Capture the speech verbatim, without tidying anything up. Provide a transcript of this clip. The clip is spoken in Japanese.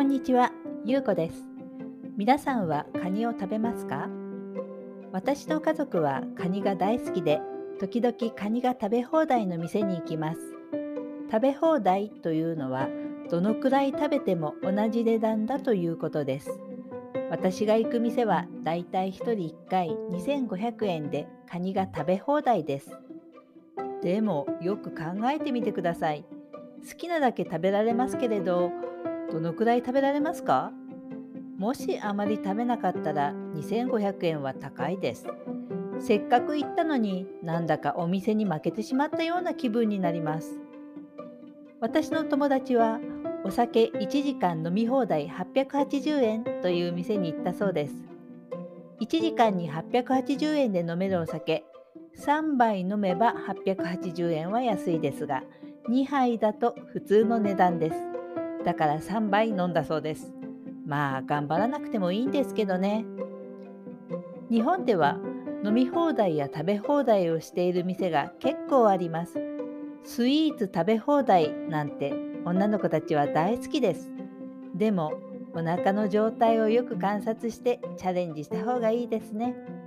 んにちは、ゆうこです。皆さんはカニを食べますか？私の家族はカニが大好きで、時々カニが食べ放題の店に行きます。食べ放題というのは、どのくらい食べても同じ値段だということです。私が行く店はだいたいひとりいっかいにせんごひゃくえんでカニが食べ放題です。でもよく考えてみてください。好きなだけ食べられますけれど、どのくらい食べられますか？もしあまり食べなかったらにせんごひゃくえんは高いです。せっかく行ったのになんだかお店に負けてしまったような気分になります。私の友達はお酒いちじかん飲み放題はっぴゃくはちじゅうえんという店に行ったそうです。いちじかんにはっぴゃくはちじゅうえんで飲めるお酒、さんばい飲めばはっぴゃくはちじゅうえんは安いですが、にはいだと普通の値段です。だからさんばい飲んだそうです。まあ頑張らなくてもいいんですけどね。日本では飲み放題や食べ放題をしている店が結構あります。スイーツ食べ放題なんて女の子たちは大好きです。でもお腹の状態をよく観察してチャレンジした方がいいですね。